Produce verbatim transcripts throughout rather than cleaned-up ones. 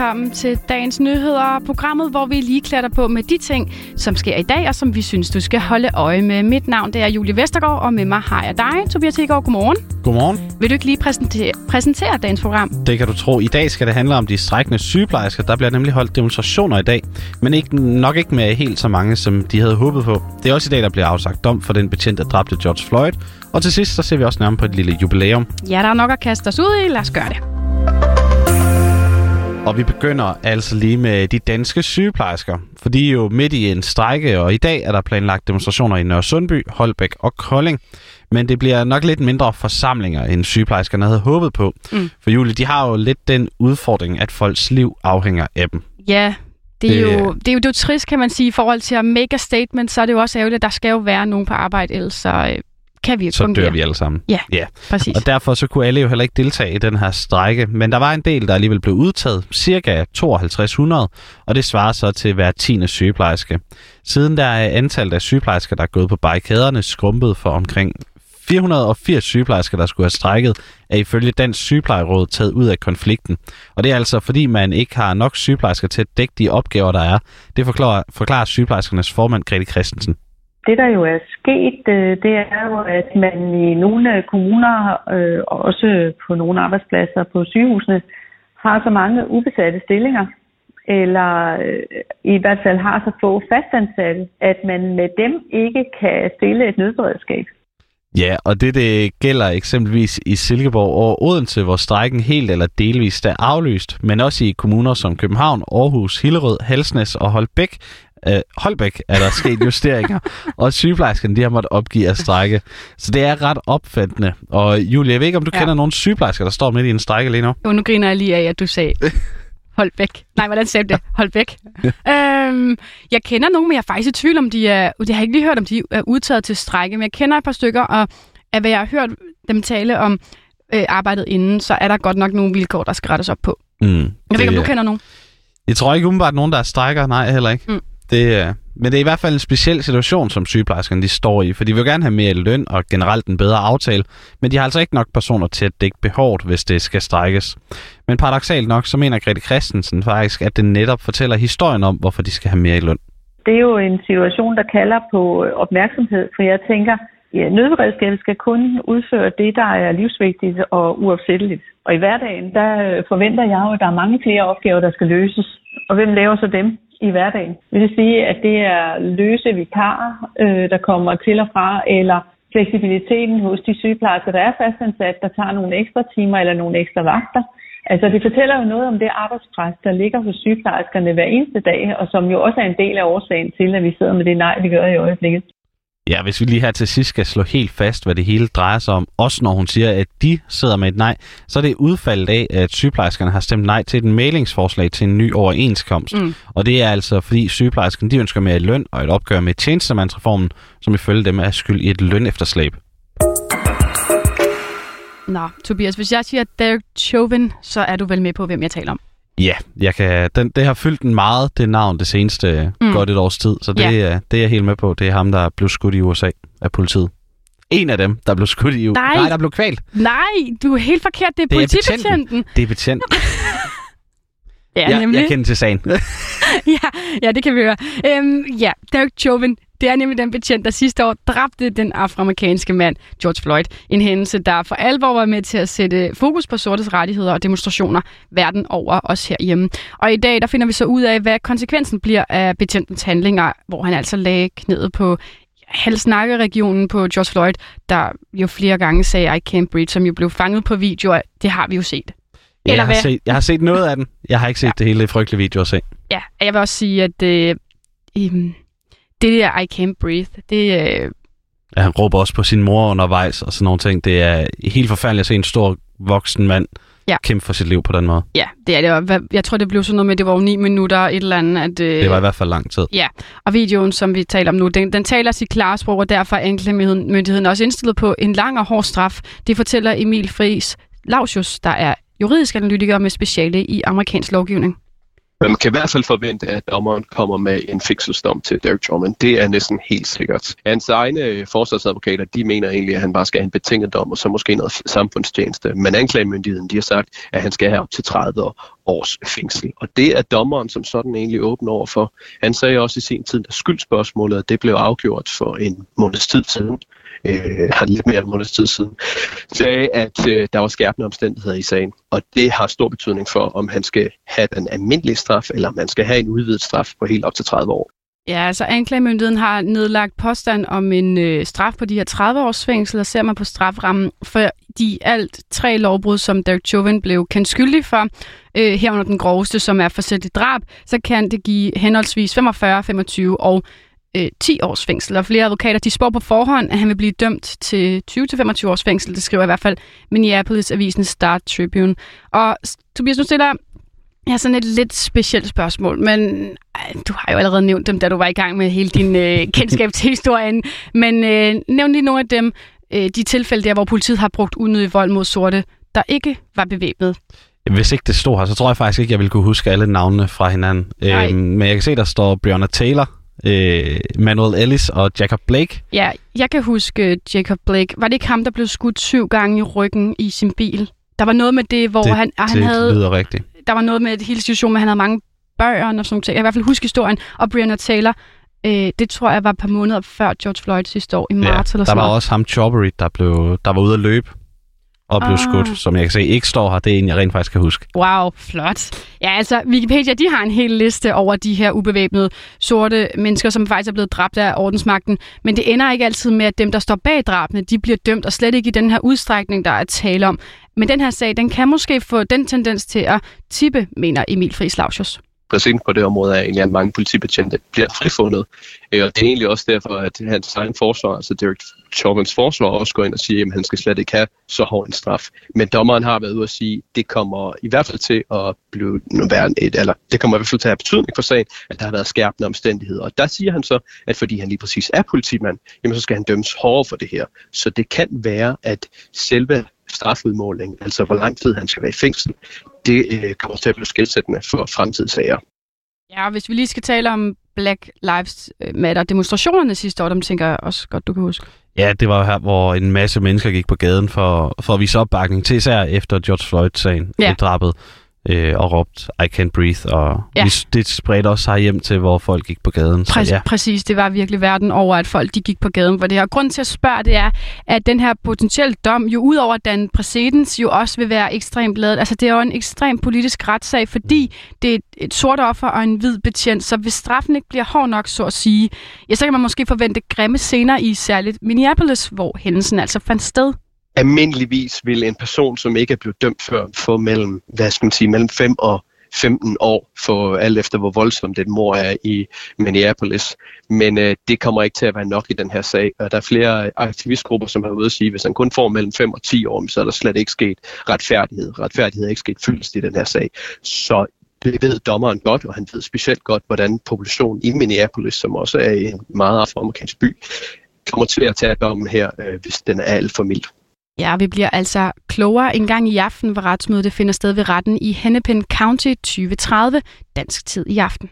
velkommen til dagens nyheder, programmet, hvor vi lige klatter på med de ting, som sker i dag, og som vi synes, du skal holde øje med. Mit navn det er Julie Vestergaard, og med mig har jeg dig, Tobias Hegaard. Godmorgen. Godmorgen. Vil du ikke lige præsentere, præsentere dagens program? Det kan du tro. I dag skal det handle om de strejkende sygeplejersker. Der bliver nemlig holdt demonstrationer i dag, men ikke, nok ikke med helt så mange, som de havde håbet på. Det er også i dag, der bliver afsagt dom for den betjent, der dræbte George Floyd. Og til sidst, så ser vi også nærmere på et lille jubilæum. Ja, der er nok at kaste os ud i. Lad os gøre det. Og vi begynder altså lige med de danske sygeplejersker, for de er jo midt i en strejke, og i dag er der planlagt demonstrationer i Nørresundby, Holbæk og Kolding. Men det bliver nok lidt mindre forsamlinger, end sygeplejerskerne havde håbet på. Mm. For Julie, de har jo lidt den udfordring, at folks liv afhænger af dem. Ja, det er, det... Jo, det er jo det er trist, kan man sige, i forhold til at make a statement, så er det jo også ærgerligt, at der skal jo være nogen på arbejde, ellers så kan vi ikke så fungere. dør vi alle sammen. Ja, ja, præcis. Og derfor så kunne alle jo heller ikke deltage i den her strejke, men der var en del, der alligevel blev udtaget, cirka tooghalvtreds hundrede, og det svarer så til hver tiende sygeplejerske. Siden der er antallet af sygeplejersker, der er gået på barrikaderne, skrumpet for omkring fire hundrede og firs sygeplejersker, der skulle have strejket, er ifølge Dansk Sygeplejeråd taget ud af konflikten. Og det er altså fordi, man ikke har nok sygeplejersker til at dække de opgaver, der er. Det forklarer, forklarer sygeplejerskernes formand, Grete Christensen. Det, der jo er sket, det er jo, at man i nogle kommuner, og også på nogle arbejdspladser på sygehusene, har så mange ubesatte stillinger, eller i hvert fald har så få fastansatte, at man med dem ikke kan stille et nødberedskab. Ja, og det, det gælder eksempelvis i Silkeborg og Odense, hvor strejken helt eller delvist er aflyst, men også i kommuner som København, Aarhus, Hillerød, Halsnæs og Holbæk, øh, Holbæk er der sket justeringer, og sygeplejerskerne de har måttet opgive at strejke. Så det er ret opfattende. Og Julie, jeg ved ikke, om du ja. kender nogle sygeplejersker, der står midt i en strejke lige nu? Jo, nu griner jeg lige af, at du sagde Holbæk. Nej, hvordan sagde du det? Holbæk. øhm, jeg kender nogen, men jeg er faktisk i tvivl om, de er... Jeg har ikke lige hørt, om de er udtaget til strejke, men jeg kender et par stykker, og af hvad jeg har hørt dem tale om øh, arbejdet inden, så er der godt nok nogle vilkår, der skal rettes op på. Mm, jeg ved ikke, om du kender nogen? Jeg tror ikke umiddelbart nogen, der er strejker. Nej, heller ikke. Mm. Det, men det er i hvert fald en speciel situation, som sygeplejerskerne de står i, for de vil gerne have mere løn og generelt en bedre aftale, men de har altså ikke nok personer til at dække behovet, hvis det skal strejkes. Men paradoksalt nok, så mener Grete Christensen faktisk, at det netop fortæller historien om, hvorfor de skal have mere i løn. Det er jo en situation, der kalder på opmærksomhed, for jeg tænker, ja, nødberedskabet skal kun udføre det, der er livsvigtigt og uopsætteligt. Og i hverdagen, der forventer jeg jo, at der er mange flere opgaver, der skal løses. Og hvem laver så dem i hverdagen? Vil det sige, at det er løse vikarer, øh, der kommer til og fra, eller fleksibiliteten hos de sygeplejersker, der er fastansat, der tager nogle ekstra timer eller nogle ekstra vagter. Altså det fortæller jo noget om det arbejdspres, der ligger hos sygeplejerskerne hver eneste dag, og som jo også er en del af årsagen til, at vi sidder med det nej, vi gør i øjeblikket. Ja, hvis vi lige her til sidst skal slå helt fast, hvad det hele drejer sig om, også når hun siger, at de sidder med et nej, så er det udfaldet af, at sygeplejerskerne har stemt nej til et mailingsforslag til en ny overenskomst. Mm. Og det er altså, fordi sygeplejerskerne de ønsker mere løn og et opgør med tjenestemandsreformen, som ifølge dem er skyld i et lønefterslæb. Nå, Tobias, hvis jeg siger Derek Chauvin, så er du vel med på, hvem jeg taler om? Ja, jeg kan, den, det har fyldt en meget, det navn, det seneste mm. godt et års tid. Så det, ja. det er jeg helt med på. Det er ham, der blev skudt i U S A af politiet. En af dem, der blev skudt i U S A. Nej, Nej der blev kvalt. Nej, du er helt forkert. Det er, det politibetjenten. Er betjenten. Det er betjenten. ja, jeg, nemlig. Jeg kender til sagen. ja, ja, det kan vi høre. Øhm, ja, Derek Chauvin. Det er nemlig den betjent, der sidste år dræbte den afroamerikanske mand, George Floyd. En hændelse, der for alvor var med til at sætte fokus på sortes rettigheder og demonstrationer verden over, os herhjemme. Og i dag, der finder vi så ud af, hvad konsekvensen bliver af betjentens handlinger, hvor han altså lagde knæet på hals-nakke-regionen på George Floyd, der jo flere gange sagde, I can't breathe, som jo blev fanget på video. Det har vi jo set. Ja, Eller jeg, har set, jeg har set noget af den. Jeg har ikke set ja. det hele det frygtelige video at se. Ja, jeg vil også sige, at øh, øh, det der I can't breathe, det... Øh... Ja, han råber også på sin mor undervejs og sådan nogle ting. Det er helt forfærdeligt at se en stor voksen mand ja. kæmpe for sit liv på den måde. Ja, det er det. Jeg tror, det blev sådan noget med, det var jo ni minutter et eller andet. At, øh... Det var i hvert fald lang tid. Ja, og videoen, som vi taler om nu, den, den taler sit klare sprog, og derfor er anklagemyndigheden også indstillet på en lang og hård straf. Det fortæller Emil Friis Lausius, der er juridisk analytiker med speciale i amerikansk lovgivning. Men man kan i hvert fald forvente, at dommeren kommer med en fængselsdom til Derek Chauvin. Det er næsten helt sikkert. Hans egne forsvarsadvokater, de mener egentlig, at han bare skal have en betinget dom, og så måske noget samfundstjeneste. Men anklagemyndigheden, de har sagt, at han skal have op til tredive års fængsel. Og det er dommeren som sådan egentlig åben over for. Han sagde også i sin tid, at skyldspørgsmålet, at det blev afgjort for en måneds tid siden. Øh, har lidt mere end en måneds tid siden, sagde, at øh, der var skærpende omstændigheder i sagen. Og det har stor betydning for, om han skal have den almindelige straf, eller om han skal have en udvidet straf på helt op til tredive år. Ja, altså anklagemyndigheden har nedlagt påstand om en øh, straf på de her tredive års fængsel, og ser man på straframmen for de alt tre lovbrud, som Derek Chauvin blev kendt skyldig for, øh, herunder den groveste, som er forsætligt drab, så kan det give henholdsvis femogfyrre, femogtyve og ti års fængsel, og flere advokater, de spår på forhånd, at han vil blive dømt til tyve til femogtyve års fængsel. Det skriver i hvert fald Minneapolis-avisen Star Tribune. Og Tobias, nu stiller jeg sådan et lidt specielt spørgsmål, men du har jo allerede nævnt dem, da du var i gang med hele din øh, kendskab til historien. Men øh, nævn lige nogle af dem, øh, de tilfælde der, hvor politiet har brugt unødig vold mod sorte, der ikke var bevæbnet. Hvis ikke det stod her, så tror jeg faktisk ikke, jeg ville kunne huske alle navnene fra hinanden. Øhm, men jeg kan se, der står Breonna Taylor, Øh, Manuel Ellis og Jacob Blake. Ja, jeg kan huske Jacob Blake. Var det ikke ham, der blev skudt syv gange i ryggen i sin bil? Der var noget med det, hvor det, han, han det havde... Det lyder rigtigt. Der var noget med hele situationen, med han havde mange børn og sådan noget. Jeg kan i hvert fald huske historien. Og Breonna Taylor, øh, det tror jeg var et par måneder før George Floyd sidste år i marts ja, eller sådan der var noget. også ham Chaubery, der, blev, der var ude at løbe og blev ah. skudt, som jeg kan se ikke står her. Det er en, jeg rent faktisk kan huske. Wow, flot. Ja, altså, Wikipedia, de har en hel liste over de her ubevæbnede sorte mennesker, som faktisk er blevet dræbt af ordensmagten. Men det ender ikke altid med, at dem, der står bag drabene, de bliver dømt, og slet ikke i den her udstrækning, der er tale om. Men den her sag, den kan måske få den tendens til at tippe, mener Emil Friis Laursius. Præcis på det område er egentlig, at mange politibetjente bliver frifundet. Og det er egentlig også derfor, at hans egen forsvar, altså Derek Chauvins forsvar, også går ind og siger, at han skal slet ikke have så hård en straf. Men dommeren har været ude at sige, at det kommer i hvert fald til at blive et, eller det kommer i hvert fald til at have betydning for sagen, at der har været skærpende omstændigheder. Og der siger han så, at fordi han lige præcis er politimand, jamen så skal han dømmes hårdere for det her. Så det kan være, at selve strafudmåling, altså hvor lang tid han skal være i fængsel, det øh, kommer til at blive skelsættende for fremtidige sager. Ja, hvis vi lige skal tale om Black Lives Matter demonstrationerne sidste år, dem tænker jeg også godt, du kan huske. Ja, det var her, hvor en masse mennesker gik på gaden for, for at vise opbakning til, især efter George Floyd-sagen ja. blev drabet. Øh, og råbt, I can't breathe, og ja. vi, det spredte også her hjem til, hvor folk gik på gaden. Præ- så, ja. Præcis, det var virkelig verden over, at folk de gik på gaden for det her. Og grunden til at spørge, det er, at den her potentielle dom, jo udover den præcedens, jo også vil være ekstremt ladet. Altså, det er jo en ekstrem politisk retssag, fordi det er et, et sort offer og en hvid betjent, så hvis straffen ikke bliver hård nok, så at sige, ja, så kan man måske forvente grimme scener i særligt Minneapolis, hvor hændelsen altså fandt sted. Almindeligvis vil en person, som ikke er blevet dømt før, få mellem, hvad skal man sige, mellem fem og femten år, for alt efter hvor voldsomt det mord er i Minneapolis. Men øh, det kommer ikke til at være nok i den her sag. Og der er flere aktivistgrupper, som har været ude at sige, at hvis han kun får mellem fem og ti år, så er der slet ikke sket retfærdighed. Retfærdighed er ikke sket fyldest i den her sag. Så det ved dommeren godt, og han ved specielt godt, hvordan populationen i Minneapolis, som også er en meget afroamerikansk by, kommer til at tage dommen her, øh, hvis den er alt for mild. Ja, vi bliver altså klogere en gang i aften, hvor retsmødet det finder sted ved retten i Hennepin County tyve tredive, dansk tid i aften.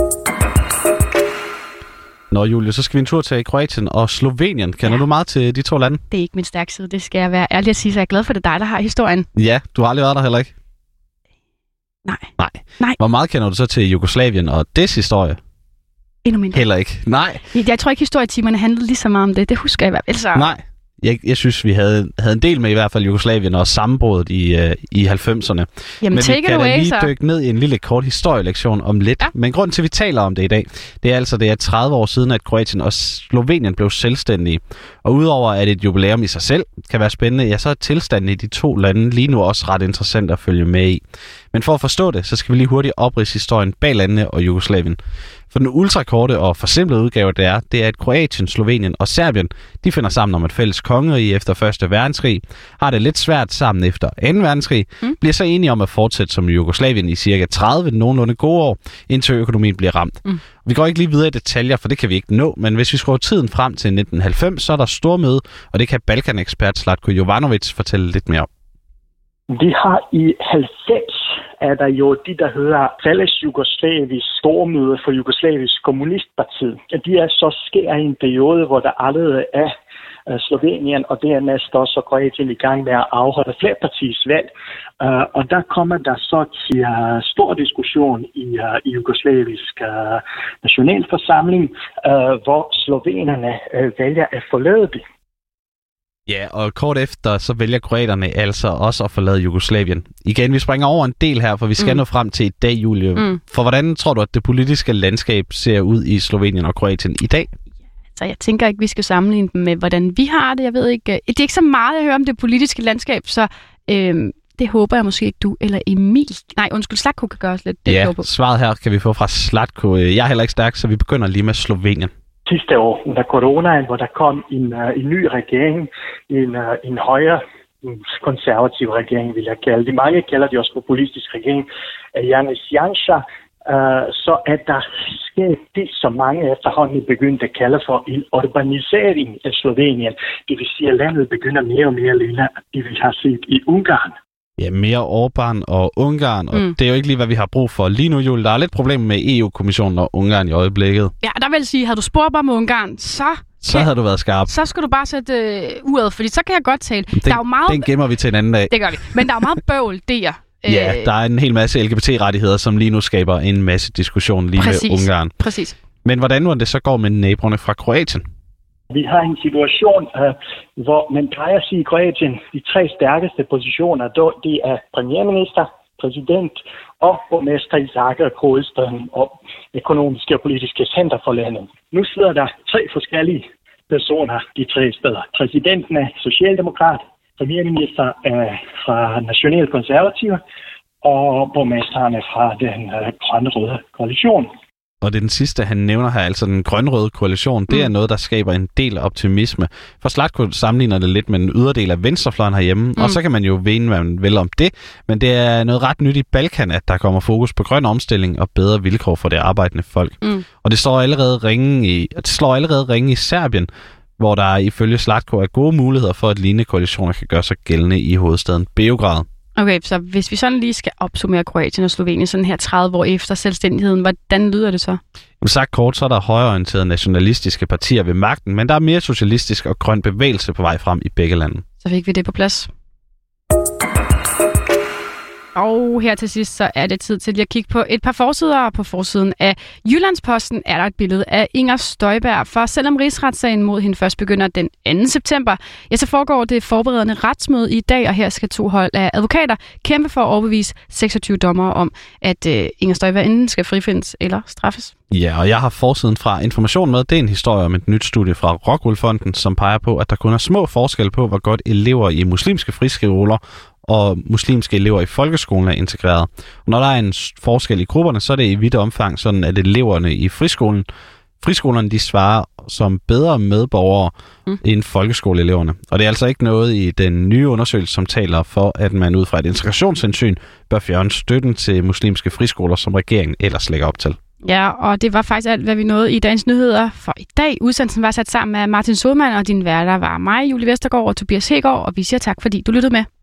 Nå, Julie, så skal vi en tur til Kroatien og Slovenien. Kender ja. du meget til de to lande? Det er ikke min stærke side, det skal jeg være ærlig at sige, så jeg er glad for, det dig, der har historien. Ja, du har aldrig været der heller ikke? Nej. Nej. Nej. Hvor meget kender du så til Jugoslavien og dets historie? Endnu mindre. Heller ikke. Nej. Jeg, jeg tror ikke, historietimerne handlede lige så meget om det. Det husker jeg i hvert fald. Altså... Nej. Jeg, jeg synes, vi havde, havde en del med i hvert fald Jugoslavien og sammenbruddet i, uh, i halvfemserne. Jamen, men vi kan da lige så. dykke ned i en lille kort historielektion om lidt. Ja. Men grunden til, at vi taler om det i dag, det er altså, det er tredive år siden, at Kroatien og Slovenien blev selvstændige. Og udover at et jubilæum i sig selv kan være spændende, ja, så er tilstanden i de to lande lige nu også ret interessant at følge med i. Men for at forstå det, så skal vi lige hurtigt opridse historien bag landene og Jugoslavien. For den ultrakorte og forsimplede udgave, det er, det er, at Kroatien, Slovenien og Serbien, de finder sammen om et fælles kongerige efter første verdenskrig, har det lidt svært sammen efter anden verdenskrig, mm. bliver så enige om at fortsætte som Jugoslavien i cirka tredive nogenlunde gode år, indtil økonomien bliver ramt. Mm. Vi går ikke lige videre i detaljer, for det kan vi ikke nå, men hvis vi skruer tiden frem til nitten halvfems, så er der stormøde, og det kan Balkan-ekspert Zlatko Jovanovic fortælle lidt mere om. Vi har i halvfems er der jo de, der hedder Fælles Jugoslavisk Stormøde for Jugoslavisk Kommunistparti. De er så sker i en periode, hvor der allerede er uh, Slovenien og dernæst også Kroatien i gang med at afholde flerpartisvalg. Uh, og der kommer der så til uh, stor diskussion i, uh, i Jugoslavisk uh, nationalforsamling, uh, hvor slovenerne uh, vælger at forlade det. Ja, og kort efter, så vælger kroaterne altså også at forlade Jugoslavien. Igen, vi springer over en del her, for vi skal mm. nå frem til i dag, Julie. Mm. For hvordan tror du, at det politiske landskab ser ud i Slovenien og Kroatien i dag? Så jeg tænker ikke, vi skal sammenligne dem med, hvordan vi har det. Jeg ved ikke, det er ikke så meget, jeg hører om det politiske landskab, så øhm, det håber jeg måske ikke du eller Emil. Nej, undskyld, Slatko kan gøre os lidt. Det ja, svaret her kan vi få fra Slatko. Jeg er heller ikke stærk, så vi begynder lige med Slovenien. Sidste år, under coronaen, hvor der kom en, uh, en ny regering, en, uh, en højere en konservativ regering, vil jeg kalde det. Mange kalder det også populistisk regering af Janez Janša. Uh, så er der sket det, som mange efterhånden begyndte at kalde for en urbanisering af Slovenien. Det vil sige, at landet begynder mere og mere at ligne det, vi har set i Ungarn. Ja, mere Orbán og Ungarn, og mm. det er jo ikke lige, hvad vi har brug for lige nu, Julie. Der er lidt problemer med E U-kommissionen og Ungarn i øjeblikket. Ja, der vil jeg sige, havde du spurgt mig med Ungarn, så... Så havde du været skarp. Så skal du bare sætte øh, uret, fordi så kan jeg godt tale. Den, der er jo meget... den gemmer vi til en anden dag. Det gør vi. Men der er jo meget bøvl der. Ja, der er en hel masse L G B T-rettigheder, som lige nu skaber en masse diskussion lige præcis, med Ungarn. Præcis. Men hvordan må det så gå med naboerne fra Kroatien? Vi har en situation, uh, hvor man plejer at sige i Kroatien, de tre stærkeste positioner, det er premierminister, præsident og borgmester i Zagreb, hovedstaden og økonomiske og politiske center for landet. Nu sidder der tre forskellige personer de tre steder. Præsidenten er socialdemokrat, premierminister er fra nationalkonservative og borgmesteren er fra den uh, grønne-røde koalition. Og det er den sidste, han nævner her, altså den grønrøde koalition. Det mm. er noget, der skaber en del optimisme. For Slatko sammenligner det lidt med den yderdel af venstrefløjen herhjemme, mm. og så kan man jo vene, hvad man vil om det. Men det er noget ret nyt i Balkan, at der kommer fokus på grøn omstilling og bedre vilkår for det arbejdende folk. Mm. Og det slår allerede ringe i, det slår allerede ringe i Serbien, hvor der ifølge Slatko er gode muligheder for, at lignende koalitioner kan gøre sig gældende i hovedstaden Beograd. Okay, så hvis vi sådan lige skal opsummere Kroatien og Slovenien sådan her tredive år efter selvstændigheden, hvordan lyder det så? Som sagt kort, så er der højreorienterede nationalistiske partier ved magten, men der er mere socialistisk og grøn bevægelse på vej frem i begge lande. Så fik vi det på plads. Og her til sidst, så er det tid til at kigge på et par forsider. På forsiden af Jyllandsposten er der et billede af Inger Støjberg. For selvom rigsretssagen mod hende først begynder den anden september, ja, så foregår det forberedende retsmøde i dag, og her skal to hold af advokater kæmpe for at overbevise seksogtyve dommere om, at uh, Inger Støjberg enten skal frifindes eller straffes. Ja, og jeg har forsiden fra Information med. Det er en historie om et nyt studie fra Rockwool Fonden, som peger på, at der kun er små forskelle på, hvor godt elever i muslimske friskoler og muslimske elever i folkeskolen er integreret. Og når der er en forskel i grupperne, så er det i vidt omfang sådan, at eleverne i friskolen, friskolerne de svarer som bedre medborgere mm. end folkeskoleeleverne. Og det er altså ikke noget i den nye undersøgelse, som taler for, at man ud fra et integrationshensyn bør fjerne støtten til muslimske friskoler, som regeringen ellers lægger op til. Ja, og det var faktisk alt, hvad vi nåede i dagens nyheder for i dag. Udsendelsen var sat sammen med Martin Sodemann, og din værter var mig, Julie Vestergaard og Tobias Hægaard, og vi siger tak, fordi du lyttede med.